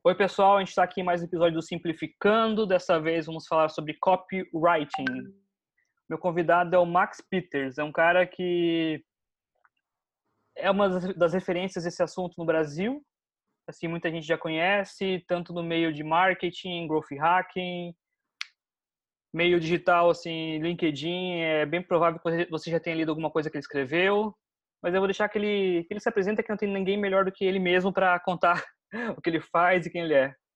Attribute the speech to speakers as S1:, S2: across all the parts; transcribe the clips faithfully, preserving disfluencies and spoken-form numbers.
S1: Oi, pessoal, a gente está aqui em mais um episódio do Simplificando. Dessa vez vamos falar sobre copywriting. Meu convidado é o Max Peters, é um cara que é uma das referências desse assunto no Brasil. Assim, muita gente já conhece, tanto no meio de marketing, growth hacking, meio digital, assim, LinkedIn. É bem provável que você já tenha lido alguma coisa que ele escreveu, mas eu vou deixar que ele, que ele se apresente, que não tem ninguém melhor do que ele mesmo para contar o que ele faz e quem ele é.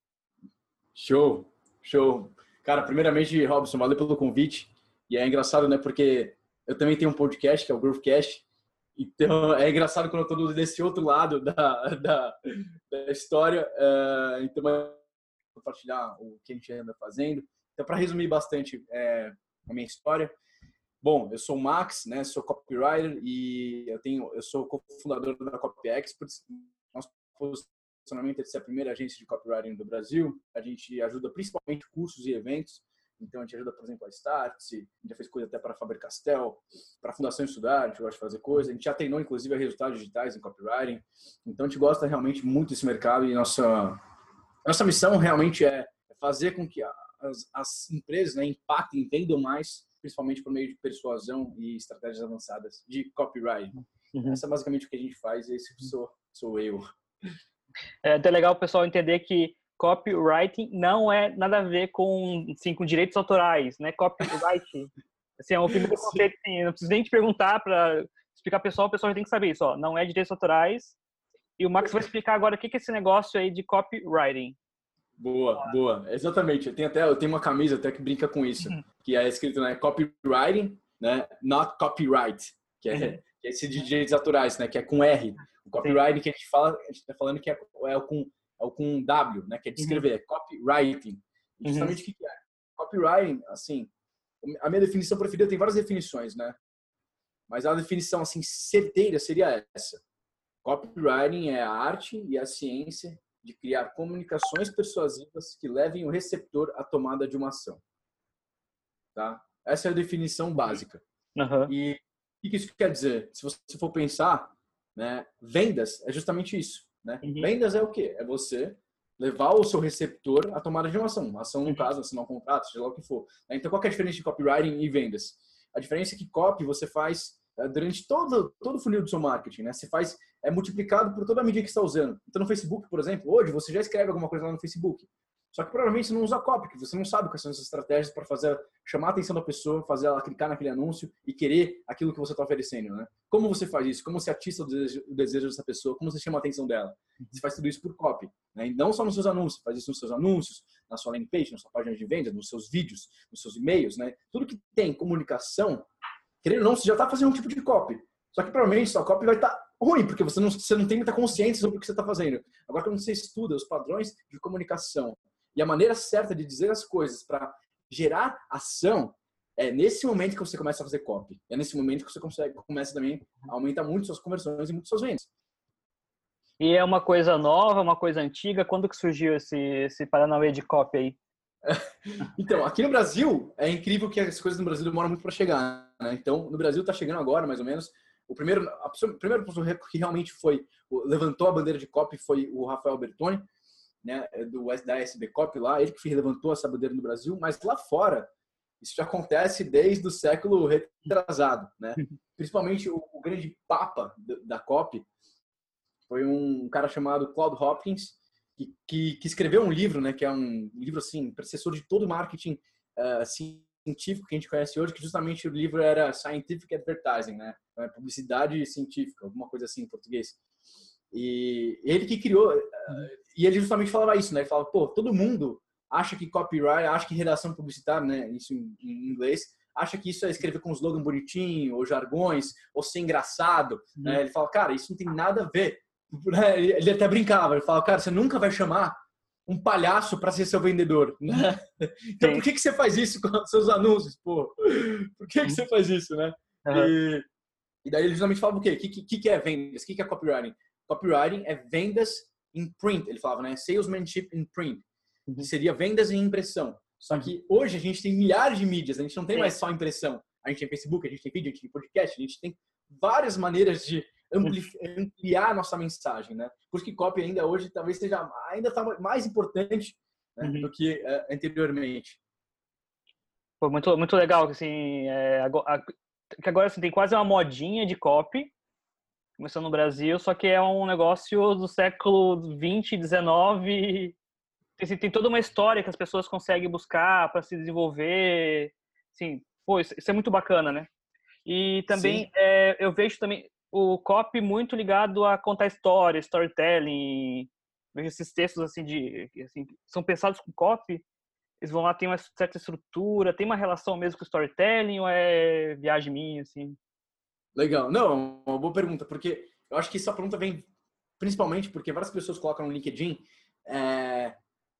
S2: Show, show. Cara, primeiramente, Robson, valeu pelo convite. E é engraçado, né? Porque eu também tenho um podcast, que é o Growthcast. Então, é engraçado quando eu estou desse outro lado da, da, da história. Uh, então, eu vou compartilhar o que a gente anda fazendo. Então, para resumir bastante é, a minha história. Bom, eu sou o Max, né? Sou copywriter e eu, tenho, eu sou cofundador da Copy Experts. Nós posicionamento de ser a primeira agência de copywriting do Brasil. A gente ajuda principalmente cursos e eventos. Então, a gente ajuda, por exemplo, a Startse, a gente já fez coisa até para a Faber-Castell, para a Fundação Estudar, a gente gosta de fazer coisa. A gente já treinou, inclusive, a resultados digitais em copywriting. Então, a gente gosta realmente muito desse mercado e nossa, nossa missão realmente é fazer com que as, as empresas, né, impactem, vendam mais, principalmente por meio de persuasão e estratégias avançadas de copywriting. Uhum. Essa é basicamente o que a gente faz e esse sou, sou eu.
S1: É até legal o pessoal entender que copywriting não é nada a ver com, assim, com direitos autorais, né? Copywriting, assim, é um primeiro conceito, assim, não preciso nem te perguntar para explicar ao pessoal, o pessoal já tem que saber isso, ó, não é direitos autorais. E o Max vai explicar agora o que é esse negócio aí de copywriting.
S2: Boa, boa, exatamente. Eu tenho até eu tenho uma camisa até que brinca com isso, uhum. que é escrito, né, copywriting, né, not copyright, que é, uhum. que é esse de direitos autorais, né, que é com R. O copywriting que a gente fala, a gente está falando que é, é, o com, é o com W, né? Que é de escrever, uhum. é copywriting. E justamente uhum. o que é? Copywriting, assim, a minha definição preferida tem várias definições, né? Mas a definição, assim, certeira seria essa. Copywriting é a arte e a ciência de criar comunicações persuasivas que levem o receptor à tomada de uma ação. Tá? Essa é a definição básica.
S1: Uhum.
S2: E o que isso quer dizer? Se você for pensar, né, vendas é justamente isso, né? Uhum. Vendas é o quê? É você levar o seu receptor à tomada de uma ação. Uma ação, no uhum. caso, assinar um contrato, seja lá o que for. Então, qual que é a diferença de copywriting e vendas? A diferença é que copy você faz é, durante todo, todo o funil do seu marketing, né? Você faz, é multiplicado por toda a mídia que você está usando. Então, no Facebook, por exemplo, hoje você já escreve alguma coisa lá no Facebook. Só que provavelmente você não usa copy, porque você não sabe quais são essas estratégias para fazer, chamar a atenção da pessoa, fazer ela clicar naquele anúncio e querer aquilo que você está oferecendo, né? Como você faz isso? Como você atiça o desejo, o desejo dessa pessoa? Como você chama a atenção dela? Você faz tudo isso por copy, né? E não só nos seus anúncios, faz isso nos seus anúncios, na sua landing page, na sua página de venda, nos seus vídeos, nos seus e-mails, né? Tudo que tem comunicação, querendo ou não, você já está fazendo um tipo de copy. Só que provavelmente sua copy vai estar tá ruim, porque você não, você não tem muita consciência sobre o que você está fazendo. Agora, quando você estuda os padrões de comunicação e a maneira certa de dizer as coisas para gerar ação, é nesse momento que você começa a fazer copy. É nesse momento que você consegue, começa também a aumentar muito suas conversões e muito suas vendas.
S1: E é uma coisa nova, uma coisa antiga? Quando que surgiu esse, esse Paranauê de copy aí?
S2: Então, aqui no Brasil, é incrível que as coisas no Brasil demoram muito para chegar, né? Então, no Brasil está chegando agora, mais ou menos. O primeiro, a pessoa, a primeira pessoa que realmente foi, levantou a bandeira de copy foi o Rafael Bertoni, né, do da S B Copy lá, ele que levantou essa bandeira no Brasil, mas lá fora isso já acontece desde o século retrasado, né? Principalmente o, o grande papa da copy foi um cara chamado Claude Hopkins, que, que, que escreveu um livro, né, que é um livro assim, predecessor de todo o marketing uh, científico que a gente conhece hoje, que justamente o livro era Scientific Advertising, né? Publicidade científica, alguma coisa assim em português. E ele que criou, e ele justamente falava isso, né? Ele falava, pô, todo mundo acha que copyright, acha que redação publicitária, né? Isso em, em inglês, acha que isso é escrever com um slogan bonitinho, ou jargões, ou ser engraçado, uhum. né? Ele fala, cara, isso não tem nada a ver. Ele até brincava, ele fala, cara, você nunca vai chamar um palhaço para ser seu vendedor, né? Então, por que que você faz isso com os seus anúncios, pô? Por que que você faz isso, né? Uhum. E, e daí ele justamente falava o quê? O que, que, que é vendas? O que, que é copywriting? Copywriting é vendas em print, ele falava, né? Salesmanship in print, uhum. que seria vendas em impressão. Só que hoje a gente tem milhares de mídias, a gente não tem Sim. mais só impressão. A gente tem Facebook, a gente tem vídeo, a gente tem podcast, a gente tem várias maneiras de ampliar a nossa mensagem, né? Por isso que copy ainda hoje talvez seja ainda tá mais importante, né,
S1: Uhum.
S2: do que uh, anteriormente.
S1: Foi muito, muito legal, assim, é, agora, que agora assim, tem quase uma modinha de copy, começou no Brasil, só que é um negócio do século vinte, dezenove, tem, tem toda uma história que as pessoas conseguem buscar para se desenvolver, assim, pô, isso, isso é muito bacana, né? E também,
S2: Sim.
S1: é, eu vejo também o copy muito ligado a contar história, storytelling, vejo esses textos, assim, de, assim, são pensados com copy, eles vão lá, tem uma certa estrutura, tem uma relação mesmo com o storytelling ou é viagem minha, assim?
S2: Legal. Não, é uma boa pergunta, porque eu acho que essa pergunta vem principalmente porque várias pessoas colocam no LinkedIn é,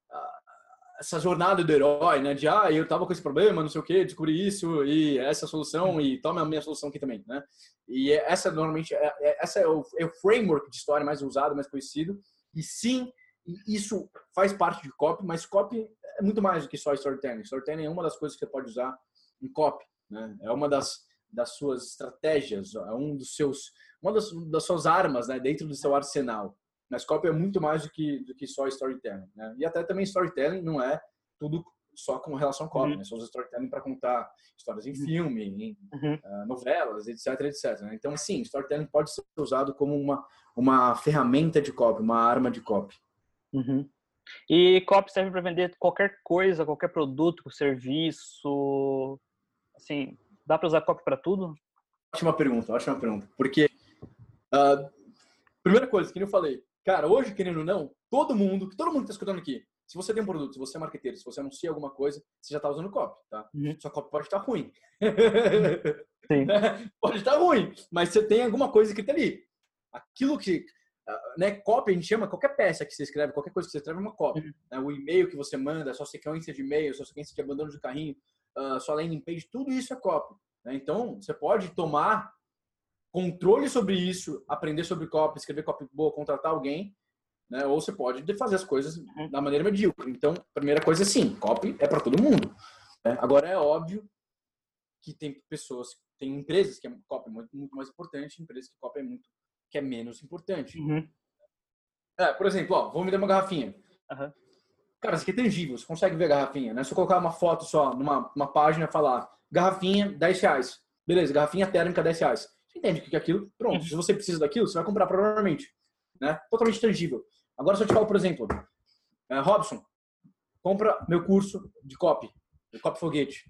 S2: essa jornada do herói, né? De, ah, eu tava com esse problema, não sei o quê, descobri isso e essa é a solução e toma a minha solução aqui também, né? E essa normalmente, é, é, essa é o, é o framework de história mais usado, mais conhecido. E sim, isso faz parte de copy, mas copy é muito mais do que só storytelling. Storytelling é uma das coisas que você pode usar em copy, né? É uma das, das suas estratégias, é um dos seus, uma das, das suas armas, né? Dentro do seu arsenal. Mas copy é muito mais do que, do que só storytelling, né? E até também storytelling não é tudo só com relação a copy,
S1: Uhum.
S2: né? Só usa storytelling para contar histórias em
S1: Uhum.
S2: filme, em
S1: Uhum.
S2: uh, novelas, etc, etc. Né? Então, sim, storytelling pode ser usado como uma, uma ferramenta de copy, uma arma de copy.
S1: Uhum. E copy serve para vender qualquer coisa, qualquer produto, serviço, assim, dá para usar copy para tudo?
S2: Ótima pergunta, ótima pergunta. Porque, uh, primeira coisa, que eu falei, cara, hoje, querendo ou não, todo mundo, todo mundo que está escutando aqui, se você tem um produto, se você é marqueteiro, se você anuncia alguma coisa, você já está usando copy, tá?
S1: Uhum.
S2: Sua copy pode estar ruim.
S1: Sim.
S2: Pode estar ruim, mas você tem alguma coisa escrita ali. Aquilo que, né, copy a gente chama, qualquer peça que você escreve, qualquer coisa que você escreve é uma copy.
S1: Uhum.
S2: Né? O e-mail que você manda, a sua sequência de e-mail, a sua sequência de abandono de carrinho, a sua landing page, tudo isso é copy. Né? Então, você pode tomar controle sobre isso, aprender sobre copy, escrever copy boa, contratar alguém, né? Ou você pode fazer as coisas
S1: Uhum.
S2: da maneira medíocre. Então, primeira coisa é sim, copy é para todo mundo. Né? Agora, é óbvio que tem pessoas, tem empresas que a copy é muito, muito mais importante, empresas que copy é muito, que é menos importante.
S1: Uhum.
S2: É, por exemplo, ó, vou me dar uma garrafinha.
S1: Uhum.
S2: Cara, isso aqui é tangível, você consegue ver a garrafinha, né? Se eu colocar uma foto só numa uma página e falar garrafinha, dez reais. Beleza, garrafinha térmica, dez reais. Você entende o que é aquilo? Pronto.
S1: Uhum.
S2: Se você precisa daquilo, você vai comprar provavelmente. Né? Totalmente tangível. Agora, se eu te falo, por exemplo, é, Robson, compra meu curso de copy, de copy foguete.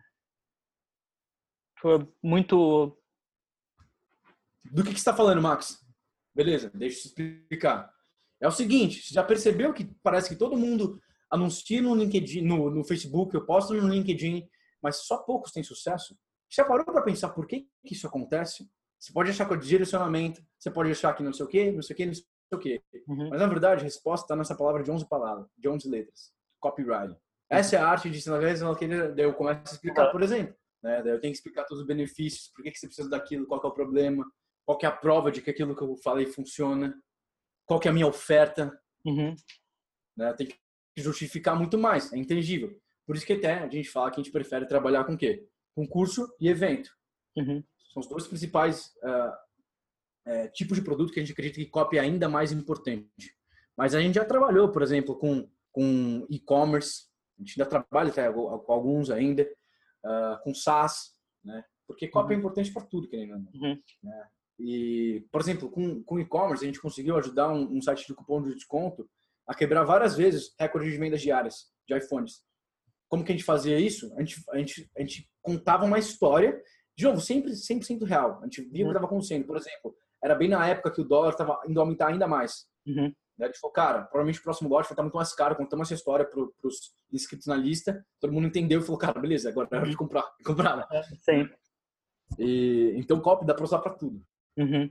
S1: Foi muito...
S2: Do que, que você está falando, Max? Beleza, deixa eu te explicar. É o seguinte, você já percebeu que parece que todo mundo anuncia no LinkedIn, no, no Facebook, eu posto no LinkedIn, mas só poucos têm sucesso? Você já parou para pensar por que, que isso acontece? Você pode achar que é direcionamento, você pode achar que não sei o quê, não sei o quê, não sei o quê.
S1: Uhum.
S2: Mas, na verdade, a resposta está nessa palavra de onze palavras, de onze letras. Copywriting.
S1: Uhum.
S2: Essa é a arte de ensinar, daí eu começo a explicar,
S1: Uhum.
S2: por exemplo. Né? Daí eu tenho que explicar todos os benefícios, por que, que você precisa daquilo, qual que é o problema, qual que é a prova de que aquilo que eu falei funciona, qual que é a minha oferta.
S1: Uhum.
S2: Né? Tem que justificar muito mais, é intangível. Por isso que até a gente fala que a gente prefere trabalhar com o quê? Com curso e evento.
S1: Uhum.
S2: São os dois principais uh, uh, tipos de produto que a gente acredita que copy é ainda mais importante. Mas a gente já trabalhou, por exemplo, com, com e-commerce, a gente ainda trabalha até, com alguns ainda, uh, com SaaS, né? Porque copy
S1: Uhum.
S2: é importante para tudo, querendo ou não.
S1: Uhum.
S2: Né? E, por exemplo, com, com e-commerce, a gente conseguiu ajudar um, um site de cupom de desconto a quebrar várias vezes recordes de vendas diárias de iPhones. Como que a gente fazia isso? A gente, a gente, a gente contava uma história, de novo, sempre cem por cento real. A gente via o que estava acontecendo. Por exemplo, era bem na época que o dólar estava indo aumentar ainda mais.
S1: Uhum.
S2: A gente falou, cara, provavelmente o próximo lote vai estar muito mais caro. Contamos essa história para os inscritos na lista. Todo mundo entendeu e falou, cara, beleza, agora é hora de comprar. comprar né?
S1: Sim.
S2: E, então, copy dá para usar para tudo.
S1: Uhum.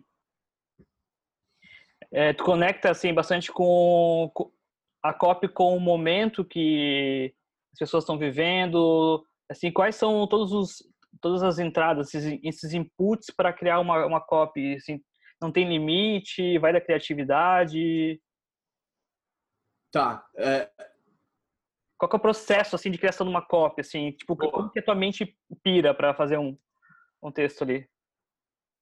S1: É, tu conecta assim bastante com, com a copy com o momento que as pessoas estão vivendo, assim, quais são todos os todas as entradas, esses, esses inputs para criar uma, uma copy, assim, não tem limite, vai da criatividade.
S2: Tá. É...
S1: Qual que é o processo assim de criação de uma copy, assim, tipo,
S2: Boa.
S1: como que a tua mente pira para fazer um, um texto ali?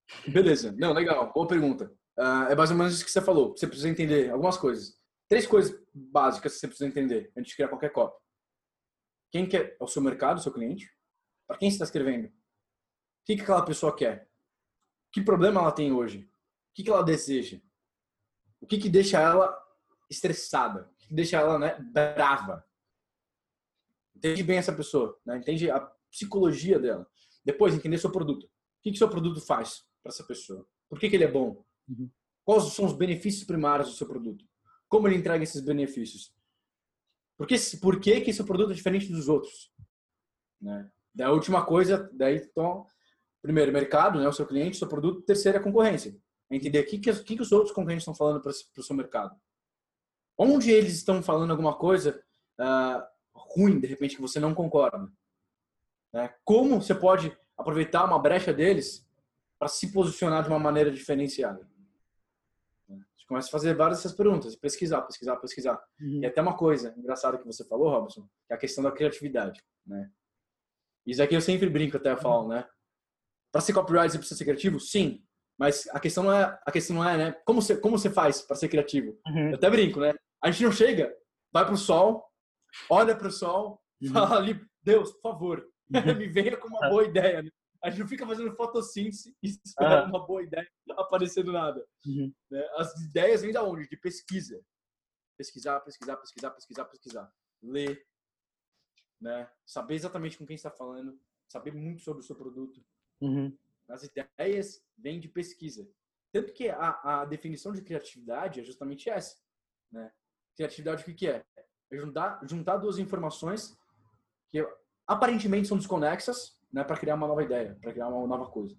S2: Beleza. Não, legal. Boa pergunta. Uh, é mais ou menos isso que você falou. Você precisa entender algumas coisas. Três coisas básicas que você precisa entender antes de criar qualquer copy. Quem quer é o seu mercado, o seu cliente? Para quem você está escrevendo? O que, que aquela pessoa quer? Que problema ela tem hoje? O que, que ela deseja? O que, que deixa ela estressada? O que, que deixa ela, né, brava? Entende bem essa pessoa, né? Entende a psicologia dela. Depois, entender seu produto. O que, que seu produto faz para essa pessoa? Por que, que ele é bom?
S1: Uhum.
S2: Quais são os benefícios primários do seu produto? Como ele entrega esses benefícios? Por que, por que, que esse produto é diferente dos outros? Né? Da última coisa, daí, então, primeiro, mercado, né, o seu cliente, o seu produto. Terceiro, a concorrência. Entender o que, que, que, que os outros concorrentes estão falando para o seu mercado. Onde eles estão falando alguma coisa uh, ruim, de repente, que você não concorda. Né? Como você pode aproveitar uma brecha deles para se posicionar de uma maneira diferenciada. Você começa a fazer várias dessas perguntas, pesquisar, pesquisar, pesquisar. Uhum. E até uma coisa engraçada que você falou, Robson, que é a questão da criatividade. Né? Isso aqui eu sempre brinco, até eu falo, né? Para ser copywriter você precisa ser criativo? Sim. Mas a questão não é, a questão não é, né? Como você, como você faz para ser criativo? Uhum. Eu até brinco, né? A gente não chega, vai pro sol, olha pro sol, uhum. fala ali, Deus, por favor, uhum. me venha com uma boa ideia. Né? A gente não fica fazendo fotossíntese e espera uhum. uma boa ideia aparecer do nada. Uhum. Né? As ideias vêm da onde? De pesquisa. Pesquisar, pesquisar, pesquisar, pesquisar, pesquisar. Ler. Né? Saber exatamente com quem está falando. Saber muito sobre o seu produto. Uhum. As ideias vêm de pesquisa. Tanto que a, a definição de criatividade é justamente essa. Né? Criatividade o que, que é? É juntar, juntar duas informações que aparentemente são desconexas, né, para criar uma nova ideia, para criar uma nova coisa.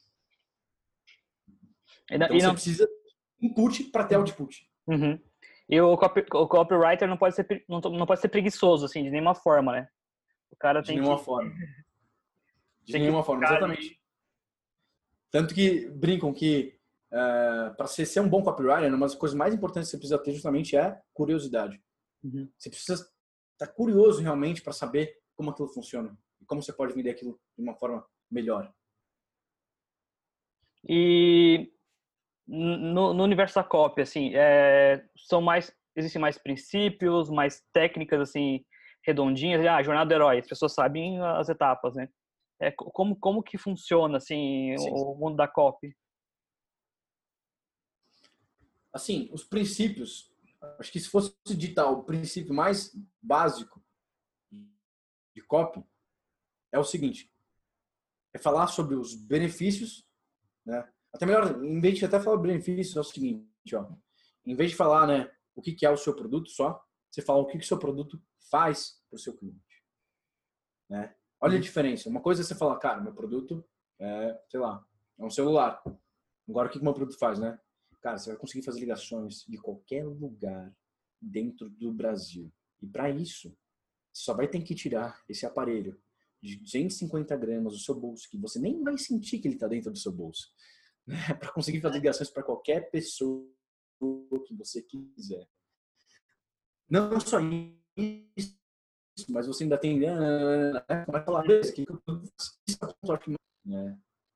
S2: E não, então e você não... precisa input para ter output.
S1: Uhum. E o, copy, o copywriter não pode ser não, não pode ser preguiçoso assim de nenhuma forma, né? O cara
S2: de
S1: tem
S2: nenhuma
S1: que...
S2: forma. De tem nenhuma forma, exatamente. Ali. Tanto que brincam que uh, para você ser um bom copywriter, uma das coisas mais importantes que você precisa ter justamente é curiosidade. Uhum. Você precisa estar curioso realmente para saber como aquilo funciona e como você pode vender aquilo de uma forma melhor.
S1: E no, no universo da copy, assim, é, são mais, existem mais princípios, mais técnicas, assim, redondinhas. Ah, jornada do herói, as pessoas sabem as etapas, né? É, como, como que funciona, assim, Sim. o mundo da copy?
S2: Assim, os princípios, acho que se fosse digitar o princípio mais básico de copy, é o seguinte, é falar sobre os benefícios, né? Até melhor, em vez de até falar benefícios, é o seguinte, ó, em vez de falar, né, o que é o seu produto só, você fala o que o seu produto faz para o seu cliente, né? Olha a diferença. Uma coisa é você falar, cara, meu produto é, sei lá, é um celular. Agora o que o meu produto faz, né? Cara, você vai conseguir fazer ligações de qualquer lugar dentro do Brasil. E para isso, você só vai ter que tirar esse aparelho de duzentos e cinquenta gramas do seu bolso, que você nem vai sentir que ele está dentro do seu bolso, né? Para conseguir fazer ligações para qualquer pessoa que você quiser. Não só isso, mas você ainda tem... Vai falar isso, que né?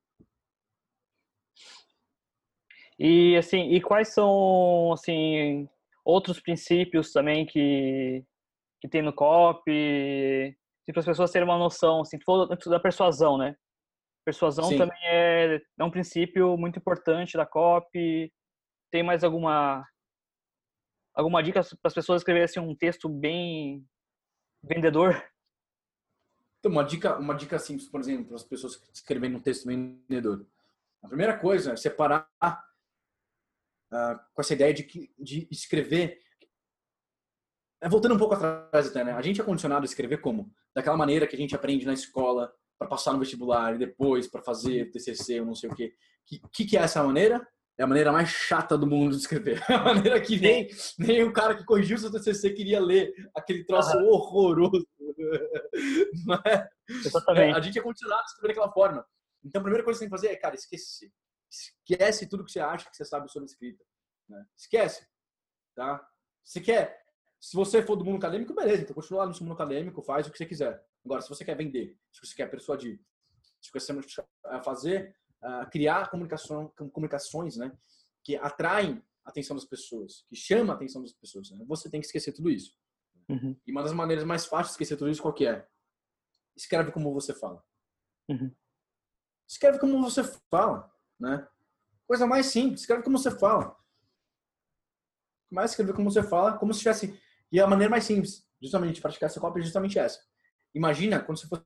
S1: E assim, e quais são assim outros princípios também que que tem no copy, para as pessoas terem uma noção, assim, da persuasão, né? Persuasão Sim. também é, é um princípio muito importante da copy. Tem mais alguma alguma dica para as pessoas escreverem assim, um texto bem vendedor?
S2: Então, uma dica, uma dica simples, por exemplo, para as pessoas escreverem um texto vendedor. A primeira coisa é separar uh, com essa ideia de, de escrever. É, voltando um pouco atrás até, né? A gente é condicionado a escrever como? Daquela maneira que a gente aprende na escola para passar no vestibular e depois para fazer T C C ou não sei o quê. Que, que que é essa maneira? É a maneira mais chata do mundo de escrever. É a maneira que nem, nem o cara que corrigiu seu T C C queria ler aquele troço uhum. horroroso. Não é?
S1: Exatamente.
S2: É, a gente é condicionado a escrever daquela forma. Então, a primeira coisa que você tem que fazer é, cara, esquece. Esquece tudo que você acha que você sabe sobre escrita. Né? Esquece. Tá? Se quer... Se você for do mundo acadêmico, beleza. Então, continua lá no mundo acadêmico, faz o que você quiser. Agora, se você quer vender, se você quer persuadir, se você quer fazer uh, criar comunicação, comunicações, né, que atraem a atenção das pessoas, que chamam a atenção das pessoas, né? Você tem que esquecer tudo isso.
S1: Uhum.
S2: E uma das maneiras mais fáceis de esquecer tudo isso, qual que é? Escreve como você fala.
S1: Uhum.
S2: Escreve como você fala, né? Coisa mais simples, escreve como você fala. Mas escrever como você fala, como se tivesse... E a maneira mais simples, justamente, de praticar essa cópia é justamente essa. Imagina, quando você for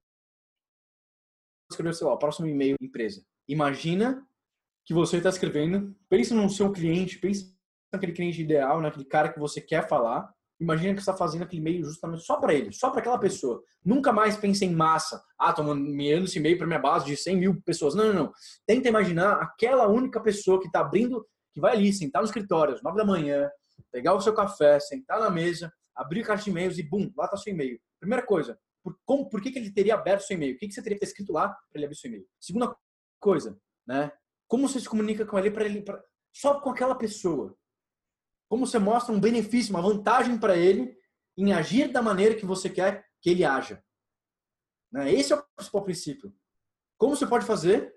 S2: escrever, sei lá, o próximo e-mail empresa. Imagina que você está escrevendo, pensa no seu cliente, pensa naquele cliente ideal, naquele cara que você quer falar. Imagina que você está fazendo aquele e-mail justamente só para ele, só para aquela pessoa. Nunca mais pense em massa. Ah, estou enviando esse e-mail para minha base de cem mil pessoas. Não, não, não. Tenta imaginar aquela única pessoa que está abrindo, que vai ali, sentar no escritório às nove da manhã, pegar o seu café, sentar na mesa, abrir a caixa de e-mails e, bum, lá está seu e-mail. Primeira coisa, por, como, por que, que ele teria aberto seu e-mail? O que, que você teria que ter escrito lá para ele abrir seu e-mail? Segunda coisa, né? Como você se comunica com ele, para ele pra, só com aquela pessoa? Como você mostra um benefício, uma vantagem para ele em agir da maneira que você quer que ele haja? Né? Esse é o principal princípio. Como você pode fazer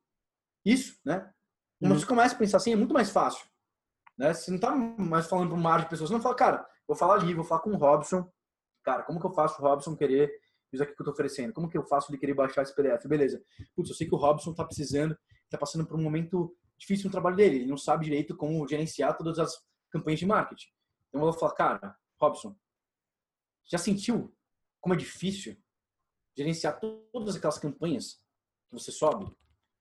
S2: isso, né? Quando
S1: Uhum.
S2: você começa a pensar assim, é muito mais fácil. Né? Você não está mais falando para um mar de pessoas. Você não fala, cara, vou falar ali, vou falar com o Robson. Cara, como que eu faço o Robson querer isso aqui que eu estou oferecendo? Como que eu faço ele querer baixar esse P D F? Beleza. Putz, eu sei que o Robson está precisando, está passando por um momento difícil no trabalho dele. Ele não sabe direito como gerenciar todas as campanhas de marketing. Então eu vou falar, cara, Robson, já sentiu como é difícil gerenciar todas aquelas campanhas que você sobe?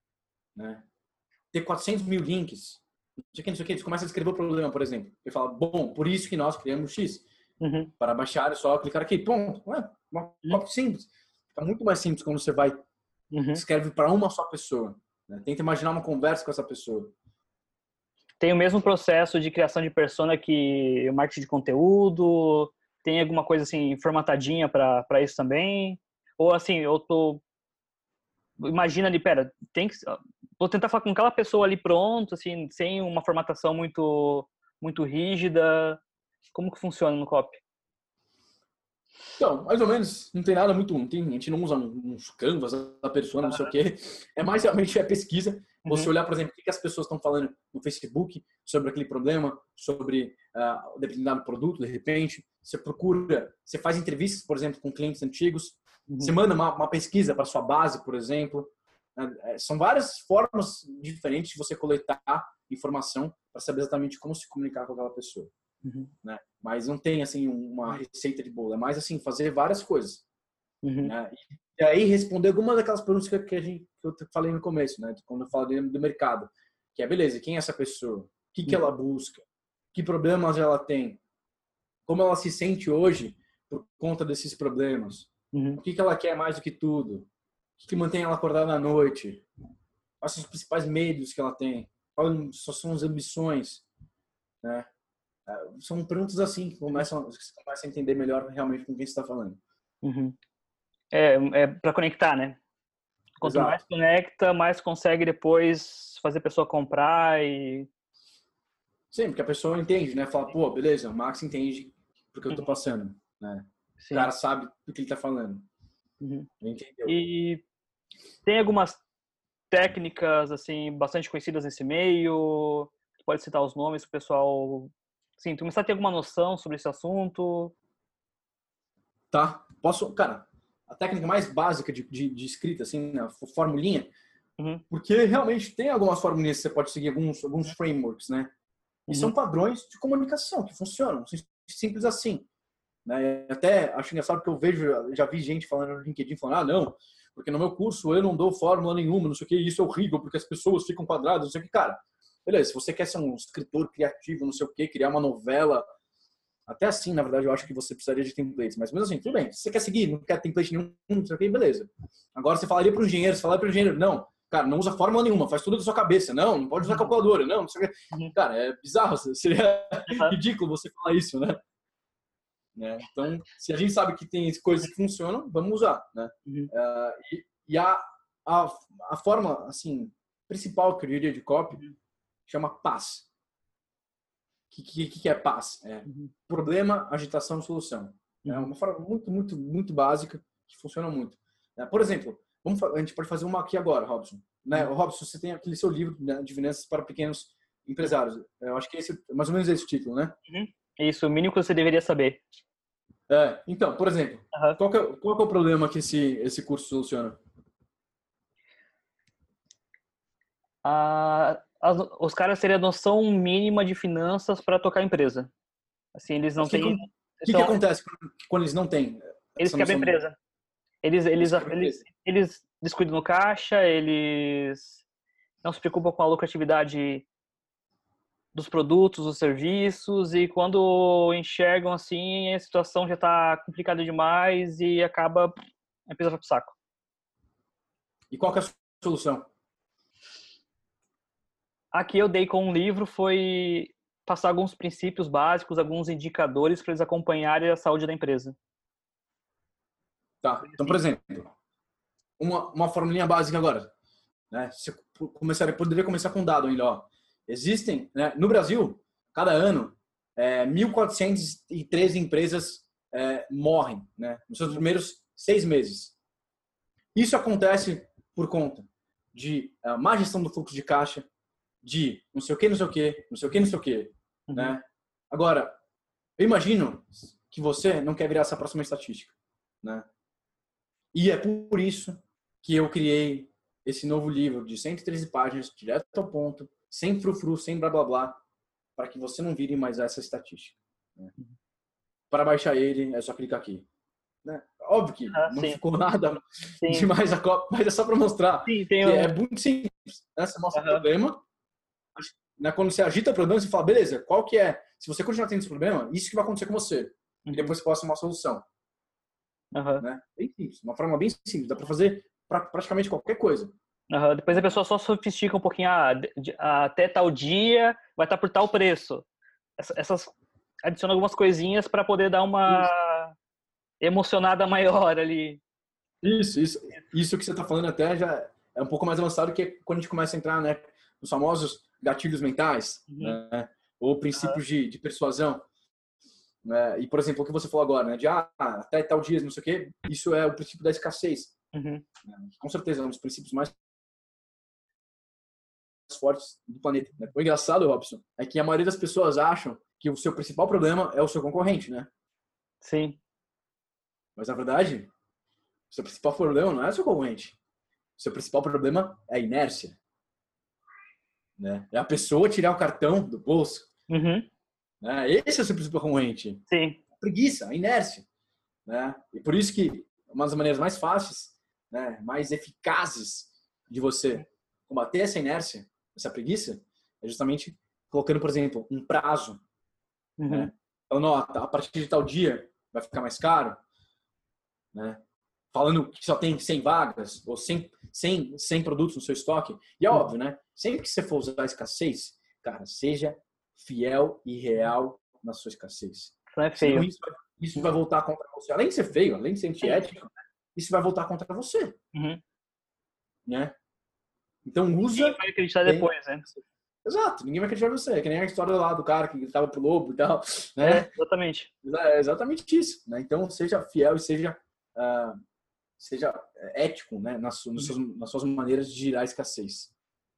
S2: Né? Ter quatrocentos mil links, não sei o que, não sei o que. Você começa a descrever o problema, por exemplo. Ele fala, bom, por isso que nós criamos X.
S1: Uhum.
S2: Para baixar é só clicar aqui, ponto. Ué, uma cópia simples. Fica muito mais simples quando você vai
S1: Uhum.
S2: escreve para uma só pessoa. Né? Tenta imaginar uma conversa com essa pessoa.
S1: Tem o mesmo processo de criação de persona que o marketing de conteúdo? Tem alguma coisa assim formatadinha para para isso também? Ou assim, eu tô imagina ali, pera, tem que vou tentar falar com aquela pessoa ali pronto, assim, sem uma formatação muito muito rígida. Como que funciona no copy?
S2: Então, mais ou menos, não tem nada muito, não tem, a gente não usa uns canvas da persona, não sei o quê. É mais realmente é pesquisa. Você
S1: Uhum.
S2: olhar, por exemplo, o que as pessoas estão falando no Facebook sobre aquele problema, sobre uh, determinado produto, de repente. Você procura, você faz entrevistas, por exemplo, com clientes antigos.
S1: Uhum.
S2: Você manda uma, uma pesquisa para sua base, por exemplo. Uh, são várias formas diferentes de você coletar informação para saber exatamente como se comunicar com aquela pessoa.
S1: Uhum.
S2: Né? Mas não tem assim uma receita de bolo, é mais assim fazer várias coisas.
S1: Uhum.
S2: Né? E aí responder alguma daquelas perguntas que, a gente, que eu falei no começo, né? Quando eu falei do mercado, que é beleza, quem é essa pessoa? O que, que ela busca? Que problemas ela tem? Como ela se sente hoje por conta desses problemas?
S1: Uhum.
S2: O que, que ela quer mais do que tudo? O que, que mantém ela acordada à noite? Quais são os principais medos que ela tem? Quais são as ambições? Né? São perguntas assim que começam, você começa a entender melhor realmente com quem você está falando.
S1: Uhum. É, é para conectar, né? Quanto
S2: Exato.
S1: mais conecta, mais consegue depois fazer a pessoa comprar e...
S2: Sim, porque a pessoa entende, né? Fala, pô, beleza, o Max entende porque eu tô
S1: Uhum.
S2: passando, né? O
S1: Sim.
S2: cara sabe do que ele tá falando.
S1: Uhum.
S2: Entendeu?
S1: E tem algumas técnicas, assim, bastante conhecidas nesse meio? Pode citar os nomes para o pessoal, sim, começar a ter alguma noção sobre esse assunto?
S2: Tá? Posso, cara, a técnica mais básica de, de, de escrita, assim, na formulinha,
S1: Uhum.
S2: porque realmente tem algumas formulinhas que você pode seguir, alguns, alguns frameworks, né? E
S1: Uhum.
S2: são padrões de comunicação que funcionam, simples assim. Né? Até acho engraçado porque eu vejo, já vi gente falando no LinkedIn, falando, ah, não, porque no meu curso eu não dou fórmula nenhuma, não sei o que, isso é horrível, porque as pessoas ficam quadradas, não sei o que, cara. Beleza, se você quer ser um escritor criativo, não sei o que, criar uma novela, até assim, na verdade, eu acho que você precisaria de templates, mas mesmo assim, tudo bem, se você quer seguir, não quer template nenhum, não sei o que, beleza. Agora você falaria para o engenheiro, você falaria para o engenheiro, não, cara, não usa fórmula nenhuma, faz tudo da sua cabeça, não, não pode usar calculadora, não, não sei o que.
S1: Uhum.
S2: Cara, é bizarro, seria
S1: Uhum.
S2: ridículo você falar isso, né? Né? Então, se a gente sabe que tem coisas que funcionam, vamos usar, né?
S1: Uhum.
S2: Uh, e, e a, a, a forma, assim, principal que eu diria de copy
S1: Uhum.
S2: chama PAS. O que, que, que é PAS? É
S1: Uhum.
S2: problema, agitação, solução. É
S1: Uhum.
S2: uma forma muito, muito, muito básica que funciona muito. É, por exemplo, vamos, a gente pode fazer uma aqui agora, Robson. né? O Robson, você tem aquele seu livro, né, de finanças para pequenos empresários. Eu acho que esse, mais ou menos esse o título, né?
S1: Uhum. Isso, o mínimo que você deveria saber.
S2: É, então, por exemplo,
S1: Uhum.
S2: qual, que é, qual que é o problema que esse, esse curso soluciona?
S1: Ah, as, os caras teriam noção mínima de finanças para tocar a empresa. Assim, eles não
S2: O que,
S1: têm.
S2: o que, que
S1: São,
S2: acontece quando, quando eles não têm
S1: eles
S2: essa
S1: quebram a
S2: noção?
S1: empresa. Eles, eles,
S2: Eles quebram a
S1: eles,
S2: empresa.
S1: eles descuidam no caixa, eles não se preocupam com a lucratividade dos produtos, dos serviços, e quando enxergam assim, a situação já está complicada demais e acaba a empresa vai pro saco.
S2: E qual que é a solução?
S1: Aqui eu dei com um livro foi passar alguns princípios básicos, alguns indicadores para eles acompanharem a saúde da empresa.
S2: Tá. Então, por exemplo, uma, uma formulinha básica agora, né? Você começaria, poderia começar com um dado ainda, ó. Existem, né, no Brasil, cada ano, é, mil quatrocentas e treze empresas é, morrem, né, nos seus primeiros seis meses. Isso acontece por conta de uh, má gestão do fluxo de caixa, de não sei o que, não sei o que, não sei o que, não sei o que,
S1: Uhum.
S2: né? Agora, eu imagino que você não quer virar essa próxima estatística, né? E é por isso que eu criei esse novo livro de cento e treze páginas, direto ao ponto, sem frufru, sem blá blá blá, para que você não vire mais essa estatística, né? Para baixar ele, é só clicar aqui, né? Óbvio que
S1: Ah,
S2: não
S1: sim.
S2: ficou nada
S1: Sim.
S2: demais a cópia, mas é só para mostrar
S1: Sim, tem
S2: que
S1: um...
S2: é muito simples, né? Você mostra
S1: Uhum.
S2: o problema, né? Quando você agita o problema, você fala, beleza, qual que é? Se você continuar tendo esse problema, isso que vai acontecer com você.
S1: Uhum.
S2: E depois você passa uma solução.
S1: Uhum.
S2: Né? Bem simples, uma forma bem simples, dá para fazer pra praticamente qualquer coisa.
S1: Uhum. Depois a pessoa só sofistica um pouquinho, ah, de, de, até tal dia vai estar por tal preço. Essas adiciona algumas coisinhas para poder dar uma isso. emocionada maior ali.
S2: Isso, isso, isso que você está falando até já é um pouco mais avançado que quando a gente começa a entrar, né, nos famosos gatilhos mentais, uhum. né, ou princípios uhum. de, de persuasão. Né? E, por exemplo, o que você falou agora, né, de ah, até tal dia, não sei o quê, isso é o princípio da escassez. Uhum. Né? Com certeza, é um dos princípios mais fortes do planeta. Né? O engraçado, Robson, é que a maioria das pessoas acham que o seu principal problema é o seu concorrente, né?
S1: Sim.
S2: Mas, na verdade, o seu principal problema não é o seu concorrente. O seu principal problema é a inércia. Né? É a pessoa tirar o cartão do bolso.
S1: Uhum.
S2: Né? Esse é o seu principal concorrente.
S1: Sim.
S2: A preguiça, a inércia. Né? E por isso que uma das maneiras mais fáceis, né, mais eficazes de você combater essa inércia, essa preguiça, é justamente colocando, por exemplo, um prazo. Uhum. Né? Então, não, a partir de tal dia vai ficar mais caro. Né? Falando que só tem cem vagas ou cem, cem, cem produtos no seu estoque. E é óbvio, né? Sempre que você for usar a escassez, cara, seja fiel e real na sua escassez.
S1: Não é feio.
S2: Senão isso, vai, isso vai voltar contra você. Além de ser feio, além de ser antiético, isso vai voltar contra você. Uhum. Né? Então usa...
S1: Ninguém vai acreditar bem... depois, né?
S2: Exato, ninguém vai acreditar em você. Que nem a história lá do cara que gritava pro lobo e tal. Né?
S1: É, exatamente.
S2: É exatamente isso. Né? Então seja fiel e seja... Uh, seja ético, né, nas, nas, suas, nas suas maneiras de girar a escassez.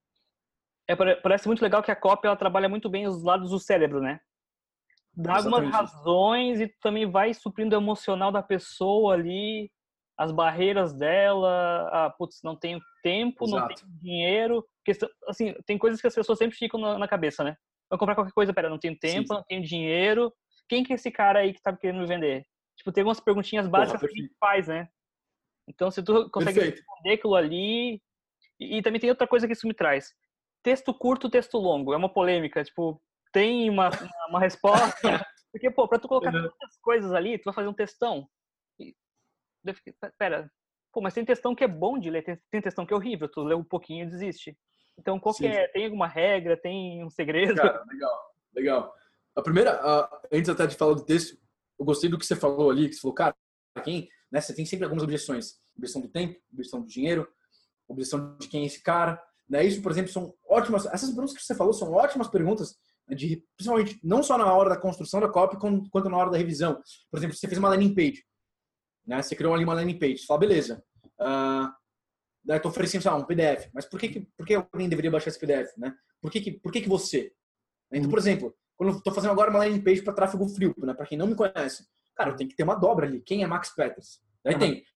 S1: É, parece muito legal que a cópia ela trabalha muito bem os lados do cérebro, né? Dá algumas razões e também vai suprindo o emocional da pessoa ali, as barreiras dela, ah, putz, não tenho tempo, Exato. Não tenho dinheiro, porque, assim, tem coisas que as pessoas sempre ficam na, na cabeça, né? Vou comprar qualquer coisa, pera, não tenho tempo, Sim. não tenho dinheiro, quem que é esse cara aí que tá querendo me vender? Tipo, tem algumas perguntinhas básicas Porra, que a gente faz, né? Então, se tu consegue Perfeito. Responder aquilo ali... E, e também tem outra coisa que isso me traz. Texto curto, texto longo. É uma polêmica. Tipo, tem uma, uma resposta... Porque, pô, pra tu colocar uhum. tantas coisas ali, tu vai fazer um textão. E, pera, pô, mas tem textão que é bom de ler, tem, tem textão que é horrível. Tu lê um pouquinho e desiste. Então, qual que é? Tem alguma regra? Tem um segredo?
S2: Cara, legal, legal. A primeira, uh, antes até de falar do texto, eu gostei do que você falou ali, que você falou, cara, quem... Né? Você tem sempre algumas objeções. Objeção do tempo, objeção do dinheiro, objeção de quem é esse cara. Né? Isso, por exemplo, são ótimas... Essas perguntas que você falou são ótimas perguntas, né? de, principalmente não só na hora da construção da copy, quanto na hora da revisão. Por exemplo, você fez uma landing page. Né? Você criou ali uma landing page. Você fala, beleza. Uh, Daí eu tô oferecendo, sei lá, um P D F. Mas por que, que, por que alguém deveria baixar esse P D F, né? Por que, que, por que, que você? Então, por exemplo, quando eu tô fazendo agora uma landing page para tráfego frio, né? Para quem não me conhece, cara, eu tenho que ter uma dobra ali. Quem é Max Peters? Daí uhum. tem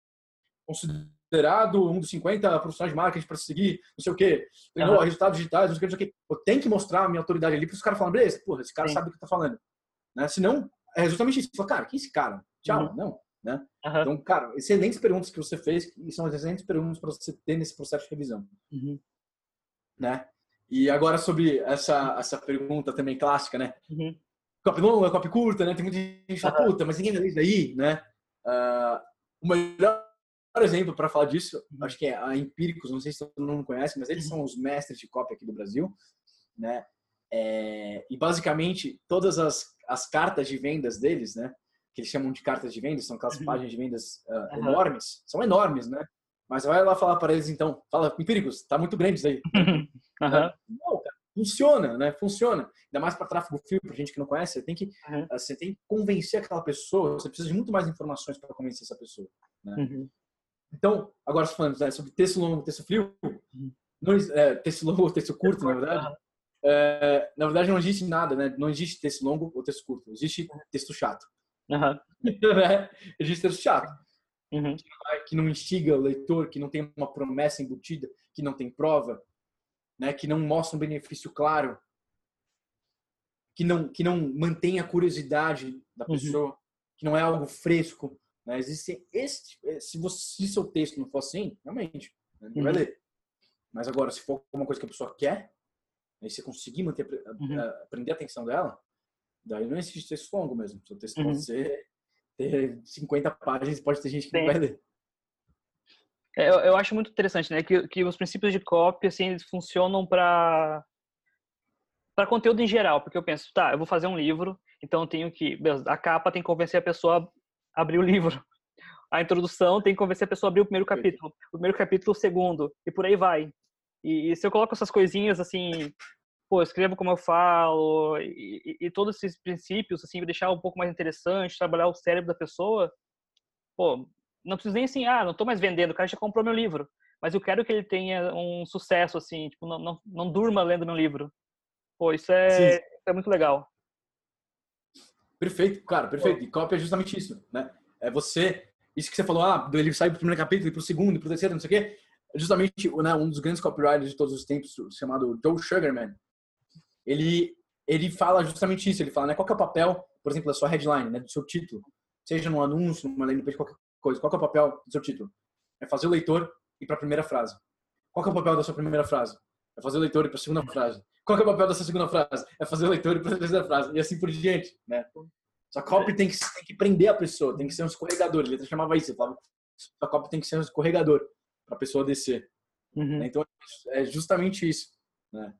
S2: considerado um dos cinquenta profissionais de marketing para seguir, não sei o quê, treinou uhum. resultados digitais, não sei o quê, não sei o quê. Eu tenho que mostrar a minha autoridade ali para os caras falarem, beleza, porra, esse cara Sim. sabe o que tá falando. Né? Senão, é justamente isso. Você fala, cara, quem é esse cara? Tchau, uhum. não. Né? Uhum. Então, cara, excelentes perguntas que você fez e são excelentes perguntas para você ter nesse processo de revisão.
S1: Uhum.
S2: Né? E agora sobre essa, essa pergunta também clássica, né?
S1: Uhum.
S2: Copy longa, copy curta, né? Tem muita gente que fala,
S1: Uhum.
S2: puta, mas ninguém lê isso daí, né? Uh, o melhor exemplo para falar disso, uhum. acho que é a Empíricos, não sei se todo mundo conhece, mas eles uhum. são os mestres de copy aqui do Brasil, né? É, e basicamente todas as, as cartas de vendas deles, né? Que eles chamam de cartas de vendas, são aquelas uhum. páginas de vendas uh, uhum. enormes, são enormes, né? Mas vai lá falar para eles então, fala, Empíricos, tá muito grande isso aí.
S1: Uhum.
S2: Né? Não, cara, funciona, né? Funciona. Ainda mais para tráfego frio, para gente que não conhece, você tem que, uhum. uh, você tem que convencer aquela pessoa, você precisa de muito mais informações para convencer essa pessoa, né?
S1: Uhum.
S2: Então, agora falando né, sobre texto longo, texto frio, uhum. não, é, texto longo, texto curto, na verdade, uhum. é, na verdade não existe nada, né? Não existe texto longo ou texto curto, existe texto chato.
S1: Uhum.
S2: Existe texto chato.
S1: Uhum.
S2: Que não instiga o leitor, que não tem uma promessa embutida, que não tem prova, né? Que não mostra um benefício claro, que não, que não mantém a curiosidade da pessoa, uhum. que não é algo fresco. Né? Existe este, se, você, se seu texto não for assim, realmente, né? ninguém uhum. vai ler. Mas agora, se for uma coisa que a pessoa quer, aí você conseguir manter, uhum. a, prender a atenção dela, daí não existe texto longo mesmo. Seu texto uhum. pode ser ter cinquenta páginas, pode ter gente que Sim. não vai ler.
S1: Eu, eu acho muito interessante, né, que, que os princípios de copy, assim, eles funcionam para para conteúdo em geral, porque eu penso, tá, eu vou fazer um livro, então eu tenho que, a capa tem que convencer a pessoa a abrir o livro, a introdução tem que convencer a pessoa a abrir o primeiro capítulo, o primeiro capítulo o segundo, e por aí vai. E, e se eu coloco essas coisinhas, assim, pô, eu escrevo como eu falo, e, e, e todos esses princípios, assim, deixar um pouco mais interessante, trabalhar o cérebro da pessoa, pô, não preciso nem assim, ah, não tô mais vendendo, o cara já comprou meu livro, mas eu quero que ele tenha um sucesso, assim, tipo, não, não, não durma lendo meu livro. Pô, isso é, isso é muito legal.
S2: Perfeito, cara, perfeito. Pô. E copy é justamente isso, né? É você, isso que você falou, ah, ele sai pro primeiro capítulo, e pro segundo, e pro terceiro, não sei o quê, é justamente né, um dos grandes copywriters de todos os tempos, chamado Joe Sugarman, ele, ele fala justamente isso, ele fala, né, qual que é o papel, por exemplo, da sua headline, né, do seu título, seja num anúncio, numa landing page, qualquer coisa, qual que é o papel do seu título? É fazer o leitor ir para a primeira frase. Qual que é o papel da sua primeira frase? É fazer o leitor ir para a segunda frase. Qual que é o papel da sua segunda frase? É fazer o leitor ir para a terceira frase. E assim por diante, né? Sua copy tem que, tem que prender a pessoa, tem que ser um escorregador. Ele chamava isso, ele falava, sua copy tem que ser um escorregador para a pessoa descer.
S1: Uhum.
S2: Então, é justamente isso, né?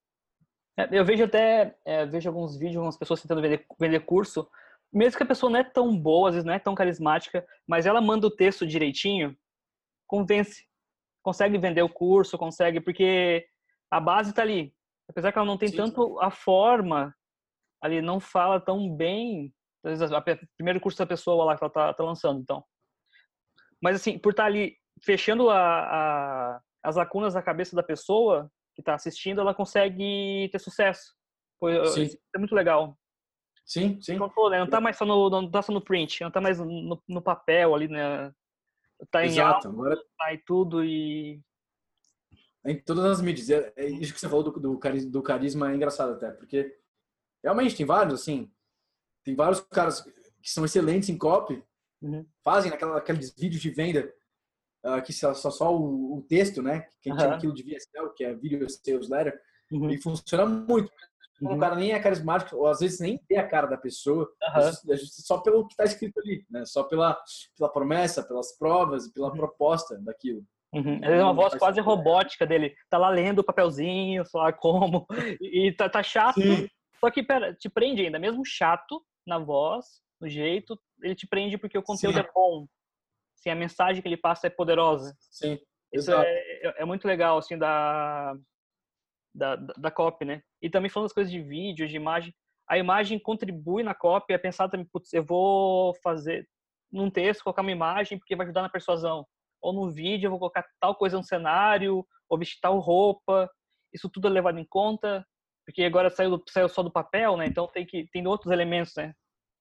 S1: Eu vejo até, é, vejo alguns vídeos, algumas pessoas tentando vender, vender curso, mesmo que a pessoa não é tão boa, às vezes não é tão carismática, mas ela manda o texto direitinho, convence, consegue vender o curso, consegue, porque a base tá ali. Apesar que ela não tem Sim. tanto a forma, ali não fala tão bem, às vezes, o primeiro curso da pessoa lá que ela tá, tá lançando, então. Mas assim, por estar ali fechando a, a, as lacunas da cabeça da pessoa que está assistindo, ela consegue ter sucesso. Pô, isso é muito legal.
S2: Sim, sim.
S1: Como falou, né? Não está mais só no, não tá só no print, não está mais no, no papel ali, né? Tá em
S2: Exato.
S1: áudio,
S2: Agora
S1: tá em tudo e...
S2: Em todas as mídias. É, é isso que você falou do, do, carisma, do carisma é engraçado até, porque realmente tem vários, assim, tem vários caras que são excelentes em copy,
S1: uhum.
S2: fazem aquela, aqueles vídeos de venda uh, que só, só, só o, o texto, né? Que a gente
S1: uhum.
S2: chama aquilo de V S L, que é Video Sales Letter,
S1: uhum.
S2: e funciona muito. Uhum. O cara nem é carismático, ou às vezes nem vê a cara da pessoa, uhum. é só pelo que está escrito ali, né? Só pela, pela promessa, pelas provas e pela uhum. proposta daquilo.
S1: Uhum. Às vezes é uma voz quase robótica dele. Tá lá lendo o papelzinho, sei lá como, e tá, tá chato. Sim. Só que, pera, te prende ainda. Mesmo chato na voz, no jeito, ele te prende porque o conteúdo Sim. é bom. Assim, a mensagem que ele passa é poderosa.
S2: Sim,
S1: Isso é, é muito legal, assim, da, da, da copy, né? E também falando das coisas de vídeo, de imagem. A imagem contribui na copy, é pensar também, putz, eu vou fazer num texto, colocar uma imagem porque vai ajudar na persuasão. ou no vídeo eu vou colocar tal coisa no cenário, ou vestir tal roupa. Isso tudo é levado em conta, porque agora saiu, saiu só do papel, né? Então tem que tem outros elementos, né?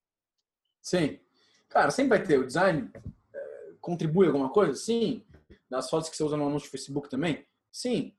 S2: Sim. Cara, sempre vai ter. O design é, contribui alguma coisa? Sim. Das fotos que você usa no anúncio do Facebook também? Sim.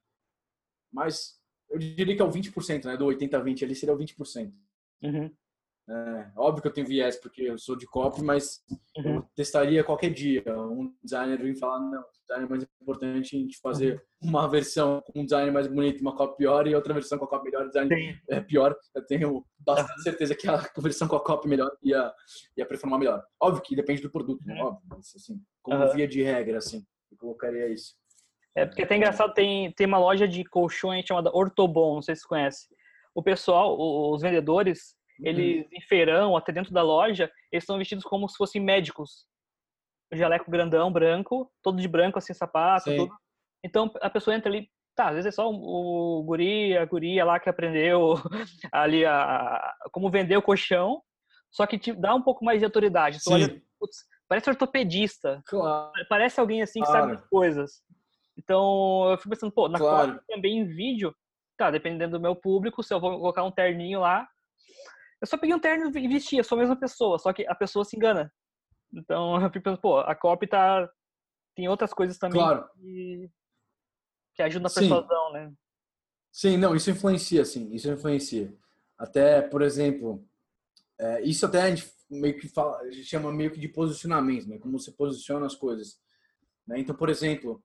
S2: Mas eu diria que é o vinte por cento, né? Do oitenta a vinte ali seria o vinte por cento.
S1: Uhum.
S2: É, óbvio que eu tenho viés porque eu sou de copy, mas
S1: Uhum.
S2: eu testaria qualquer dia. Um designer vir falar, não, o design é mais importante a gente fazer uhum. uma versão com um design mais bonito e uma copy pior e outra versão com a copy melhor e design Sim. é pior. Eu tenho bastante uhum. certeza que a versão com a copy melhor ia, ia performar melhor. Óbvio que depende do produto, né? Óbvio, mas assim, como uhum. via de regra, assim, eu colocaria isso.
S1: É, porque é até engraçado, tem, tem uma loja de colchões chamada Ortobon, não sei se você conhece. O pessoal, os vendedores, eles em feirão, até dentro da loja, eles estão vestidos como se fossem médicos. O jaleco grandão, branco, todo de branco, assim, sapato, Sim. tudo. Então, a pessoa entra ali, tá, às vezes é só o, o guri, a guria lá que aprendeu ali a, a, como vender o colchão, só que te dá um pouco mais de autoridade. Tu olha, putz, parece ortopedista.
S2: Claro.
S1: Parece alguém, assim, que claro. sabe coisas. Então, eu fico pensando, pô, na
S2: claro.
S1: foto também em vídeo, tá, dependendo do meu público, se eu vou colocar um terninho lá, eu só peguei um terno e vesti, eu sou a mesma pessoa, só que a pessoa se engana. Então, eu fico pensando, pô, a copy tá... tem outras coisas também
S2: claro.
S1: que... que ajudam na
S2: sim.
S1: persuasão, né?
S2: Sim, não, isso influencia, sim, isso influencia. Até, por exemplo, é, isso até a gente meio que fala, a gente chama meio que de posicionamento, né? Como você posiciona as coisas. Né? Então, por exemplo,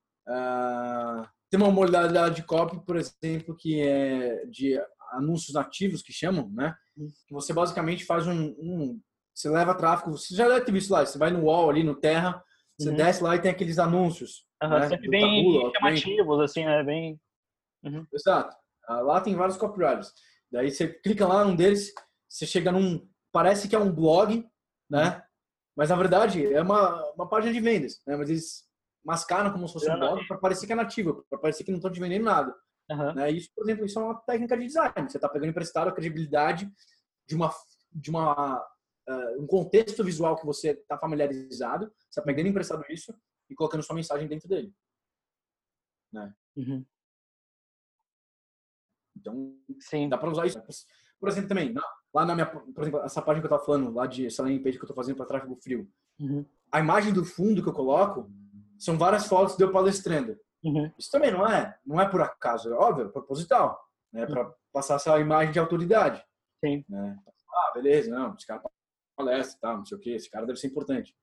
S2: uh, tem uma modalidade de copy, por exemplo, que é de anúncios nativos, que chamam, né? Que você basicamente faz um, um... Você leva tráfego... Você já deve ter visto lá. Você vai no wall, ali no Terra, você uhum. desce lá e tem aqueles anúncios.
S1: Uhum,
S2: né?
S1: Sempre bem Tabula, chamativos, bem... assim, né? Bem...
S2: Uhum. Exato. Lá tem vários copywriters. Daí você clica lá num deles, você chega num... Parece que é um blog, né? Uhum. Mas, na verdade, é uma, uma página de vendas, né? Mas eles mascaram como se fosse um blog para parecer que é nativo, para parecer que não estão te vendendo nada.
S1: Uhum.
S2: Né? Isso, por exemplo, isso é uma técnica de design. Você está pegando emprestado a credibilidade de uma de uma uh, um contexto visual que você está familiarizado. Você está pegando emprestado isso e colocando sua mensagem dentro dele. Né?
S1: Uhum.
S2: Então,
S1: Sim.
S2: dá para usar isso. Por exemplo, também, na, lá na minha, por exemplo, essa página que eu estava falando, lá de essa landing page que eu estou fazendo para tráfego frio.
S1: Uhum.
S2: A imagem do fundo que eu coloco são várias fotos de eu palestrando.
S1: Uhum.
S2: Isso também não é, não é por acaso, é óbvio, é proposital, né? Para passar essa imagem de autoridade.
S1: Sim.
S2: Né? Ah, beleza, não, esse cara palestra, tá, não sei o que, esse cara deve ser importante.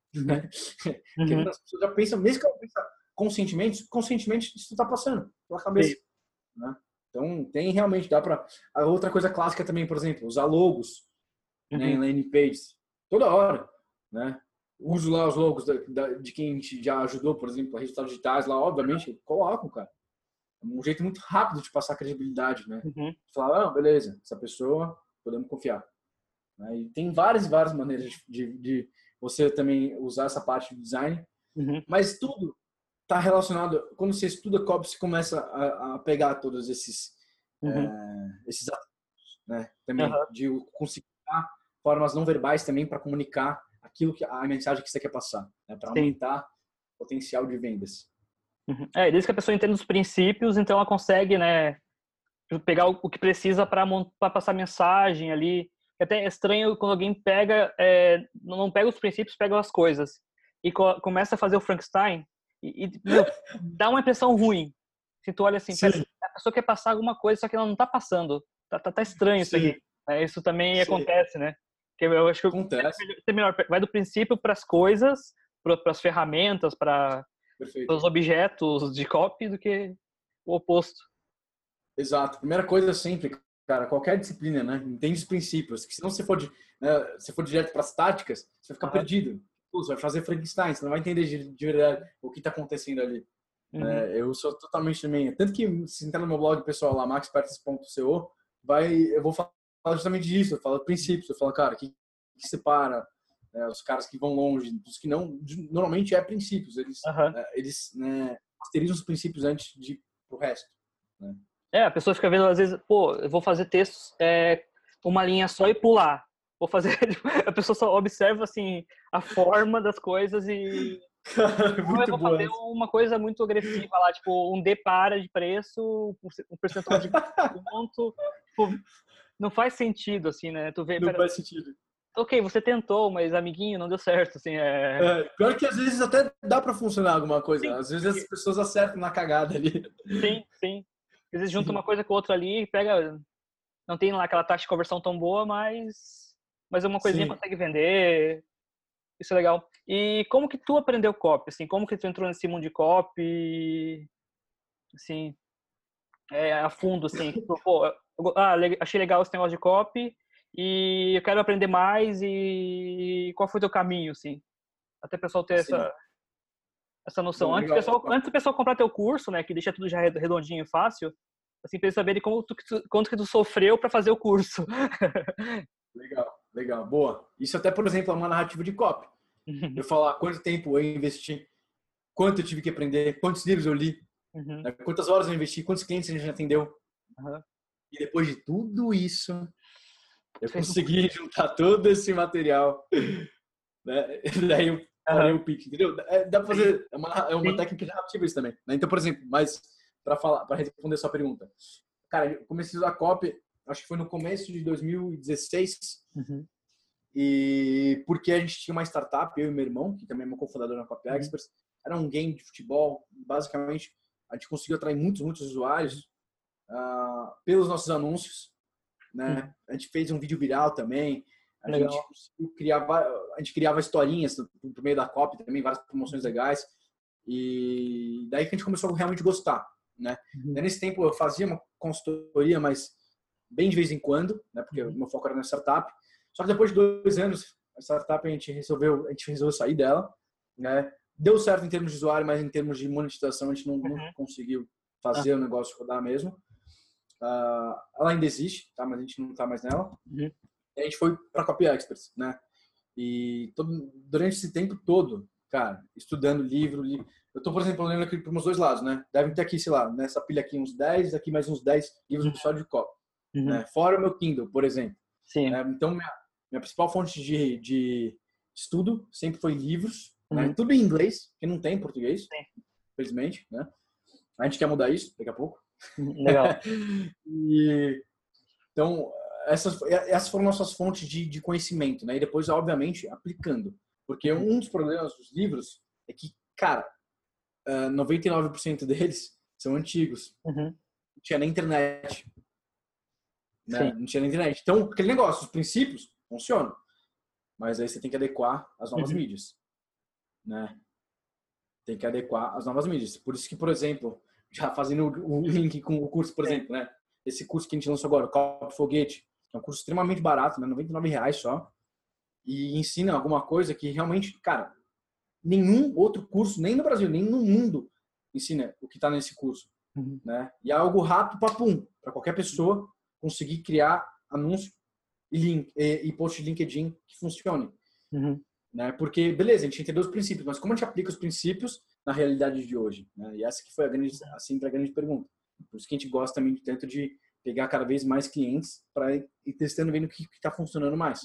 S1: Uhum.
S2: Porque as pessoas já pensam, mesmo que eu pense conscientemente, conscientemente isso está passando pela cabeça. Né? Então, tem realmente, dá para... A outra coisa clássica também, por exemplo, usar logos uhum. né, em landing pages, toda hora, né? Uso lá os logos da, da, de quem já ajudou, por exemplo, a resultados digitais lá, obviamente, colocam, cara. É um jeito muito rápido de passar credibilidade, né?
S1: Uhum.
S2: Falar, ah, beleza, essa pessoa, podemos confiar. Né? E tem várias e várias maneiras de, de, de você também usar essa parte do design,
S1: uhum.
S2: mas tudo está relacionado, quando você estuda copy, você começa a, a pegar todos esses,
S1: uhum.
S2: é, esses atributos, né? Também,
S1: uhum.
S2: de conseguir formas não verbais também para comunicar aquilo que a mensagem que você quer passar, né? Para aumentar o potencial de vendas.
S1: Uhum. É, desde que a pessoa entenda os princípios, então ela consegue, né, pegar o que precisa para passar mensagem ali. É até estranho quando alguém pega, é, não pega os princípios, pega as coisas e co começa a fazer o Frankenstein e, e meu, dá uma impressão ruim. Se tu olha assim, pera, a pessoa quer passar alguma coisa, só que ela não tá passando. Tá, tá, tá estranho Sim. isso aqui. É, isso também Sim. acontece, né? Que eu acho que
S2: acontece.
S1: É melhor, vai do princípio para as coisas, para as ferramentas, para os objetos de copy do que o oposto.
S2: Exato. Primeira coisa sempre, cara, qualquer disciplina, né? Entende os princípios. Que se não você for, de, né, se for direto para as táticas, você vai ficar uhum. perdido. Pô, você vai fazer Frankenstein, você não vai entender de, de verdade o que está acontecendo ali. Uhum. É, eu sou totalmente também. Tanto que se entrar no meu blog pessoal lá, max pertis ponto co, vai, eu vou falar justamente disso. Eu falo princípios, eu falo, cara, que, que separa né, os caras que vão longe dos que não. Normalmente é princípios. Eles, uhum. é, eles né, masterizam os princípios antes de ir pro resto. Né?
S1: É, a pessoa fica vendo, às vezes, pô, eu vou fazer textos é, uma linha só e pular. Vou fazer. A pessoa só observa, assim, a forma das coisas e
S2: Cara,
S1: Ou eu
S2: muito
S1: vou
S2: boa
S1: fazer
S2: essa.
S1: uma coisa muito agressiva lá, tipo, um depara de preço, um percentual de desconto. Tipo, não faz sentido, assim, né? Tu vê,
S2: Não
S1: pera,
S2: faz sentido.
S1: ok, você tentou, mas amiguinho, não deu certo, assim, é...
S2: É, pior que às vezes até dá pra funcionar alguma coisa.
S1: Sim,
S2: Às vezes as
S1: porque,
S2: pessoas acertam na cagada ali.
S1: sim, sim. Às vezes junta uma
S2: Sim,
S1: coisa com outra ali e pega, não tem lá aquela taxa de conversão tão boa, mas, mas uma coisinha
S2: sim.
S1: consegue vender, isso é legal. E como que tu aprendeu copy, assim, como que tu entrou nesse mundo de copy, assim, é, a fundo, assim, tipo, pô, eu go- ah, le- achei legal esse negócio de copy e eu quero aprender mais e qual foi o teu caminho, assim, até o pessoal ter
S2: Sim.
S1: essa, essa noção.
S2: Bom,
S1: Antes do
S2: legal.
S1: pessoal, antes do pessoal comprar teu curso, né, que deixa tudo já redondinho e fácil, assim, pra eles saberem como tu, quanto que tu sofreu para fazer o curso.
S2: Legal, legal. Boa. Isso até, por exemplo, é uma narrativa de copy. Eu falar quanto tempo eu investi, quanto eu tive que aprender, quantos livros eu li,
S1: Uhum,
S2: né? Quantas horas eu investi, quantos clientes a gente já atendeu.
S1: uhum.
S2: E depois de tudo isso, eu
S1: Tu fez um...
S2: consegui juntar todo esse material, né? Daí eu farei
S1: Uhum.
S2: o pitch, entendeu? É, dá pra
S1: Sim,
S2: fazer, é uma, é uma
S1: sim.
S2: técnica de narrativa isso também, né? Então, por exemplo, mas para falar, para responder a sua pergunta, cara, eu comecei a usar copy, acho que foi no começo de dois mil e dezesseis,
S1: Uhum,
S2: e porque a gente tinha uma startup, eu e meu irmão, que também é meu cofundador na Copy
S1: uhum,
S2: Experts, era um game de futebol, basicamente a gente conseguiu atrair muitos, muitos usuários uh, pelos nossos anúncios, né?
S1: uhum.
S2: A gente fez um vídeo viral também, a gente
S1: Legal.
S2: conseguiu criar, a gente criava historinhas por meio da Copy também, várias promoções legais, e daí que a gente começou a realmente gostar, né?
S1: Uhum,
S2: Daí, nesse tempo eu fazia uma consultoria, mas bem de vez em quando, né? Porque o
S1: uhum,
S2: meu foco era na startup. Só que depois de dois anos, a startup a gente resolveu, a gente resolveu sair dela, né? Deu certo em termos de usuário, mas em termos de monetização a gente não, não
S1: uhum.
S2: conseguiu
S1: Ah,
S2: fazer o negócio rodar mesmo. Uh, ela ainda existe, tá? Mas a gente não tá mais nela.
S1: uhum,
S2: E a gente foi para a Copy Experts, né? E todo, durante esse tempo todo, cara, estudando livro, livro. Eu tô, por exemplo, lendo aqui para os dois lados, né? Devem ter aqui, sei lá, nessa pilha aqui uns dez, aqui mais uns dez livros só de copy,
S1: uhum.
S2: né? Fora o meu Kindle, por exemplo.
S1: Sim.
S2: Né? Então, minha, minha principal fonte de, de estudo sempre foi livros, né?
S1: Uhum,
S2: Tudo em inglês, que não tem em português,
S1: sim.
S2: infelizmente, né? A gente quer mudar isso daqui a pouco.
S1: Uhum, legal.
S2: E, então, essas, essas foram nossas fontes de, de conhecimento, né? E depois, obviamente, aplicando. Porque
S1: Uhum,
S2: um dos problemas dos livros é que, cara, noventa e nove por cento deles são antigos.
S1: uhum,
S2: Não tinha nem internet,
S1: sim.
S2: né? Não tinha nem internet. Então, aquele negócio, os princípios funcionam. Mas aí você tem que adequar às novas
S1: Uhum,
S2: mídias, né? Tem que adequar às novas mídias. Por isso que, por exemplo, já fazendo o link com o curso, por
S1: sim.
S2: exemplo, né? Esse curso que a gente lançou agora, o Copy Foguete, é um curso extremamente barato, né? noventa e nove reais só. E ensina alguma coisa que realmente, cara, nenhum outro curso, nem no Brasil, nem no mundo, ensina o que está nesse curso,
S1: Uhum,
S2: né? E é algo rápido, papum, para qualquer pessoa conseguir criar anúncio e, link, e, e post de LinkedIn que funcione,
S1: uhum.
S2: né? Porque, beleza, a gente entendeu os princípios, mas como a gente aplica os princípios na realidade de hoje, né? E essa que foi a grande, assim, a grande pergunta. Por isso que a gente gosta também tanto de pegar cada vez mais clientes para ir testando, vendo o que está funcionando mais,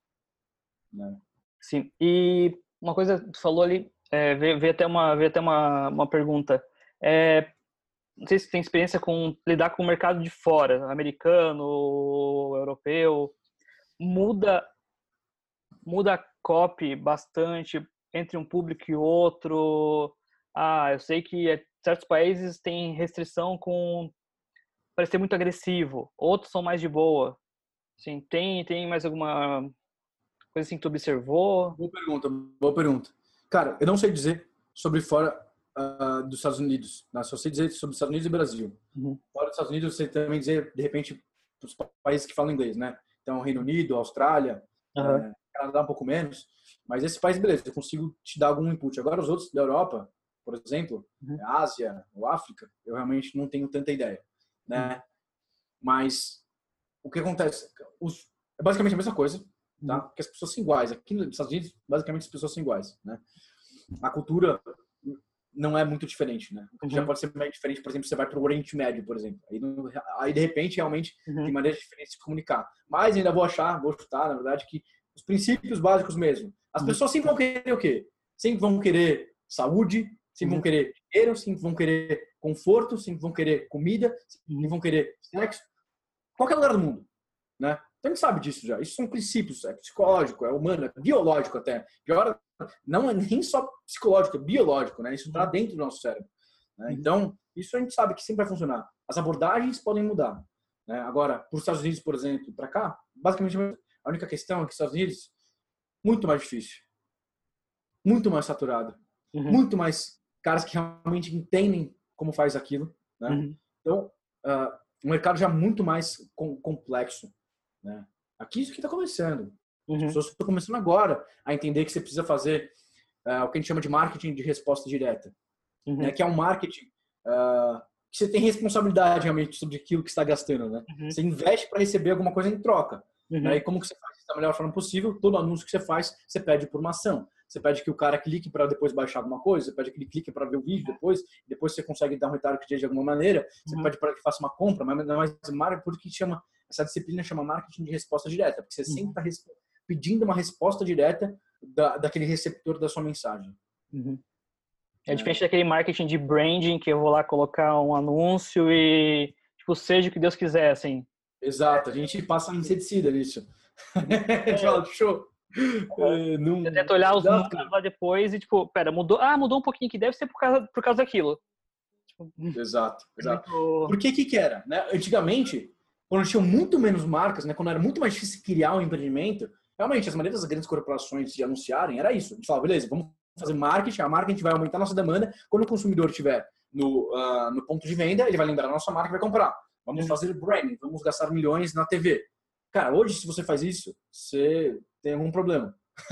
S2: né?
S1: Sim. E uma coisa que tu falou ali, é, veio, veio até uma, veio até uma, uma pergunta. É, não sei se tu tem experiência com lidar com o mercado de fora, americano, europeu. Muda, muda a copy bastante entre um público e outro. Ah, eu sei que é, certos países têm restrição com parecer muito agressivo, outros são mais de boa. Sim, tem, tem mais alguma coisa assim que tu observou?
S2: Boa pergunta, boa pergunta. Cara, eu não sei dizer sobre fora uh, dos Estados Unidos, né? Só sei dizer sobre os Estados Unidos e Brasil.
S1: Uhum.
S2: Fora dos Estados Unidos, eu sei também dizer, de repente, para os países que falam inglês, né? Então, Reino Unido, Austrália,
S1: Aham.
S2: é, Canadá um pouco menos. Mas esse país, beleza, eu consigo te dar algum input. Agora, os outros da Europa, por exemplo,
S1: Uhum.
S2: Ásia ou África, eu realmente não tenho tanta ideia,
S1: Uhum.
S2: né? Mas o que acontece? Os, é basicamente a mesma coisa, tá?
S1: Uhum.
S2: Porque as pessoas são iguais. Aqui nos Estados Unidos, basicamente as pessoas são iguais, né? A cultura não é muito diferente, né? O que já
S1: Uhum.
S2: pode ser mais diferente, por exemplo, você vai para o Oriente Médio, por exemplo. Aí, aí, de repente, realmente tem
S1: Uhum.
S2: maneiras diferentes de se comunicar. Mas ainda vou achar, vou chutar, na verdade, que os princípios básicos mesmo. As
S1: Uhum.
S2: pessoas sempre vão querer o quê? Sempre vão querer saúde, sempre
S1: Uhum.
S2: vão querer dinheiro, sempre vão querer conforto, sempre vão querer comida, sempre vão querer sexo. Qualquer lugar do mundo, né? Então a gente sabe disso já. Isso são princípios, é psicológico, é humano, é biológico até. Pior, não é nem só psicológico, é biológico, né? Isso está dentro do nosso cérebro. Né? Então, isso a gente sabe que sempre vai funcionar. As abordagens podem mudar. Né? Agora, para os Estados Unidos, por exemplo, para cá, basicamente a única questão é que os Estados Unidos, muito mais difícil, muito mais saturado,
S1: Uhum.
S2: muito mais caras que realmente entendem como faz aquilo. Né?
S1: Uhum.
S2: Então, uh, um mercado já muito mais com, complexo. Né? Aqui isso que está começando. As
S1: Uhum.
S2: pessoas estão começando agora a entender que você precisa fazer uh, o que a gente chama de marketing de resposta direta.
S1: Uhum.
S2: Né? Que é um marketing uh, que você tem responsabilidade realmente sobre aquilo que está gastando. Né?
S1: Uhum.
S2: Você investe para receber alguma coisa em troca.
S1: Uhum.
S2: Né? E como que você faz isso da melhor forma possível? Todo anúncio que você faz, você pede por uma ação. Você pede que o cara clique para depois baixar alguma coisa, você pede que ele clique para ver o vídeo depois, depois você consegue dar um retarget de alguma maneira, você
S1: Uhum.
S2: pede para que faça uma compra, mas não é mais por que chama essa disciplina chama marketing de resposta direta, porque você
S1: Uhum.
S2: sempre está pedindo uma resposta direta da, daquele receptor da sua mensagem.
S1: Uhum. É diferente daquele marketing de branding que eu vou lá colocar um anúncio e tipo, seja o que Deus quiser, assim.
S2: Exato, a gente passa inseticida nisso. A gente fala, show. É, não...
S1: Você tenta olhar os
S2: Exato,
S1: números
S2: cara.
S1: lá depois e tipo, pera, mudou, ah, mudou um pouquinho que deve ser por causa, por causa daquilo. Tipo,
S2: Exato,
S1: é
S2: exato.
S1: muito...
S2: Por que que que era? Né? Antigamente, quando tinham muito menos marcas, né? Quando era muito mais difícil criar um empreendimento, realmente, as maneiras das grandes corporações de anunciarem era isso. A gente falava, beleza, vamos fazer marketing, a marketing vai aumentar a nossa demanda. Quando o consumidor estiver no, uh, no ponto de venda, ele vai lembrar da nossa marca e vai comprar. Vamos
S1: Uhum.
S2: fazer branding, vamos gastar milhões na T V. Cara, hoje, se você faz isso, você tem algum problema.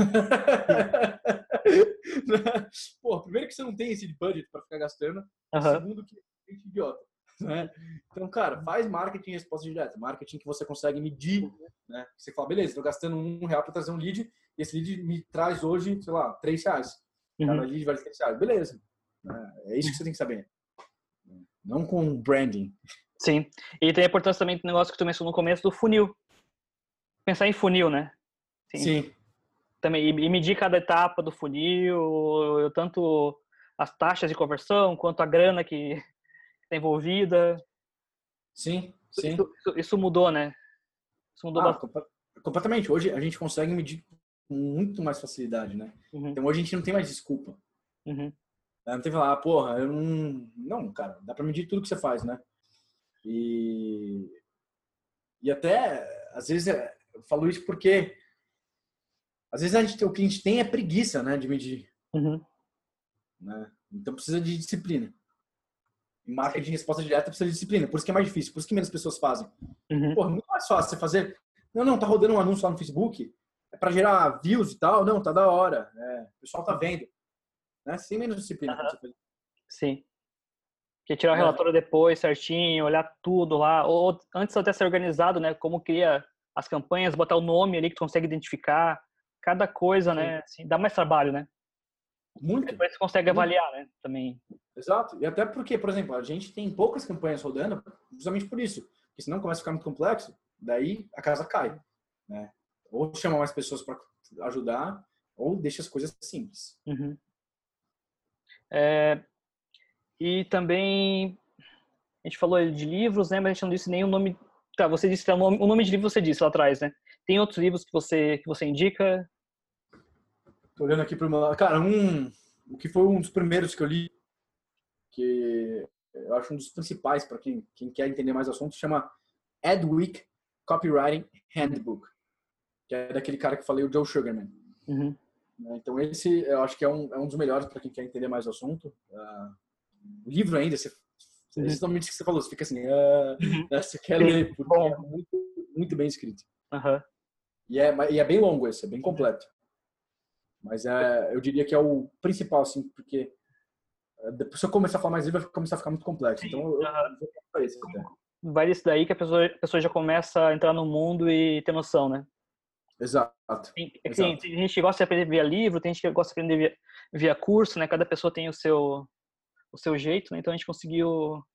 S2: Pô, primeiro que você não tem esse budget para ficar gastando,
S1: Uhum.
S2: segundo que é idiota, né? Então, cara, faz marketing em resposta direta, marketing que você consegue medir, né? Você fala, beleza, estou gastando um real para trazer um lead, e esse lead me traz hoje, sei lá, três reais. Cada
S1: Uhum.
S2: lead vale três reais, beleza? É isso que você tem que saber. Não com branding.
S1: Sim. E tem a importância também do negócio que tu mencionou no começo do funil. Pensar em funil, né? Sim.
S2: Sim.
S1: Também, e medir cada etapa do funil, tanto as taxas de conversão, quanto a grana que está envolvida.
S2: Sim, sim.
S1: Isso, isso, isso mudou, né? Isso mudou
S2: Ah,
S1: bastante.
S2: completamente. Hoje a gente consegue medir com muito mais facilidade, né?
S1: Uhum.
S2: Então hoje a gente não tem mais desculpa.
S1: Uhum.
S2: Não tem que falar, ah, porra, eu não... Não, cara, dá pra medir tudo que você faz, né? E... E até, às vezes, eu falo isso porque às vezes a gente, o que a gente tem é preguiça, né, de medir.
S1: Uhum.
S2: Né? Então precisa de disciplina. Em marketing de resposta direta precisa de disciplina. Por isso que é mais difícil, por isso que menos pessoas fazem.
S1: Uhum.
S2: Porra, muito mais fácil você fazer... Não, não, tá rodando um anúncio lá no Facebook, é pra gerar views e tal. Não, tá da hora. É, o pessoal tá vendo. Né? Sem menos disciplina.
S1: Uhum.
S2: Você faz.
S1: Sim. Que tirar o relatório depois certinho, olhar tudo lá. Ou antes até ser organizado, né? Como cria as campanhas, botar o nome ali que tu consegue identificar. Cada coisa,
S2: Sim.
S1: né? Assim, dá mais trabalho, né?
S2: Muito.
S1: Depois você consegue
S2: Muito.
S1: avaliar, né? Também.
S2: Exato. E até porque, por exemplo, a gente tem poucas campanhas rodando justamente por isso. Porque senão começa a ficar muito complexo, daí a casa cai. Né? Ou chama mais pessoas para ajudar, ou deixa as coisas simples.
S1: Uhum. É, e também a gente falou de livros, né? Mas a gente não disse nem o nome. Tá, você disse o nome, o nome de livro você disse lá atrás, né? Tem outros livros que você que você indica?
S2: Tô olhando aqui para uma, cara, um o que foi um dos primeiros que eu li, que eu acho um dos principais para quem, quem quer entender mais o assunto, chama Adweek Copywriting Handbook, que é daquele cara que eu falei, o Joe Sugarman.
S1: Uhum.
S2: Então esse eu acho que é um, é um dos melhores para quem quer entender mais o assunto. Uh, o livro ainda, você,
S1: Uhum.
S2: exatamente o que você falou, você fica assim, uh,
S1: Uhum.
S2: você quer
S1: Sim.
S2: ler, porque
S1: Bom.
S2: é muito, muito bem escrito.
S1: Uhum.
S2: E, é, e é bem longo esse, é bem completo. Mas é, eu diria que é o principal, assim, porque depois se eu começar a falar mais livro, vai começar a ficar muito complexo.
S1: Sim.
S2: Então eu,
S1: Uhum.
S2: eu vou para esse até.
S1: Vai disso daí que a pessoa, a pessoa já começa a entrar no mundo e ter noção, né?
S2: Exato.
S1: Tem,
S2: Exato.
S1: tem, tem gente que gosta de aprender via livro, tem gente que gosta de aprender via, via curso, né? Cada pessoa tem o seu, o seu jeito, né? Então a gente conseguiu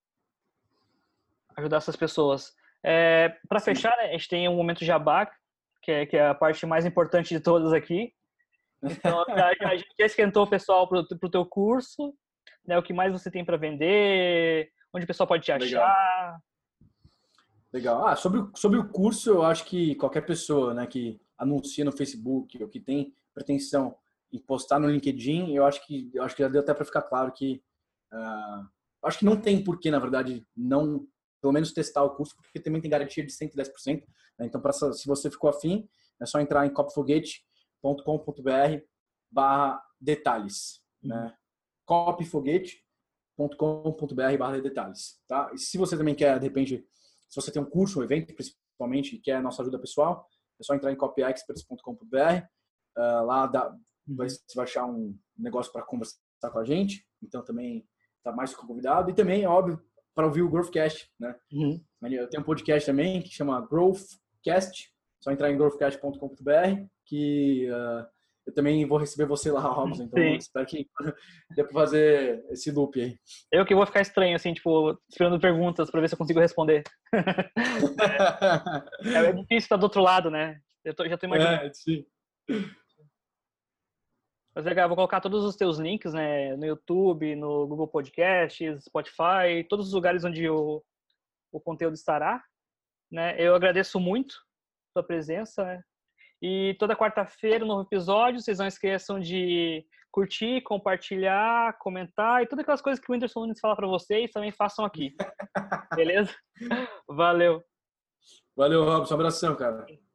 S1: ajudar essas pessoas. É, para fechar, né, a gente tem um momento jabá, que é, que é a parte mais importante de todas aqui, Então, a, a gente já esquentou o pessoal para o teu curso, né? O que mais você tem para vender, onde o pessoal pode te
S2: Legal.
S1: achar.
S2: Legal. Ah, sobre, o- sobre o curso, eu acho que qualquer pessoa, né, que anuncia no Facebook ou que tem pretensão em postar no LinkedIn, eu acho que, eu acho que já deu até para ficar claro que ah, acho que não tem porquê, na verdade, não, pelo menos testar o curso, porque também tem garantia de cento e dez por cento. Né? Então, pra, se você ficou afim, é só entrar em copfoguete ponto com ponto br barra detalhes. Né? copfoguete ponto com ponto br barra detalhes. Tá? E se você também quer, de repente, se você tem um curso, um evento, principalmente, e quer a nossa ajuda pessoal, é só entrar em copyexperts ponto com ponto br. Uh, lá dá, vai, você vai achar um negócio para conversar com a gente. Então, também está mais convidado. E também, é óbvio, para ouvir o Growthcast. Né?
S1: Uhum.
S2: Eu tenho um podcast também que chama Growthcast. Só entrar em growthcast ponto com ponto br que uh, eu também vou receber você lá, Robson. Então,
S1: Sim.
S2: espero que dê para fazer esse loop aí.
S1: Eu que vou ficar estranho, assim, tipo, esperando perguntas para ver se eu consigo responder. é, é difícil estar do outro lado, né? Eu tô, já tô imaginando.
S2: É, sim.
S1: Mas legal, vou colocar todos os teus links, né, no YouTube, no Google Podcasts, Spotify, todos os lugares onde o, o conteúdo estará, né? Eu agradeço muito a tua presença, né? E toda quarta-feira, um novo episódio. Vocês não esqueçam de curtir, compartilhar, comentar e todas aquelas coisas que o Whindersson Nunes fala para vocês, também façam aqui. Beleza? Valeu.
S2: Valeu, Robson. Um abração, cara.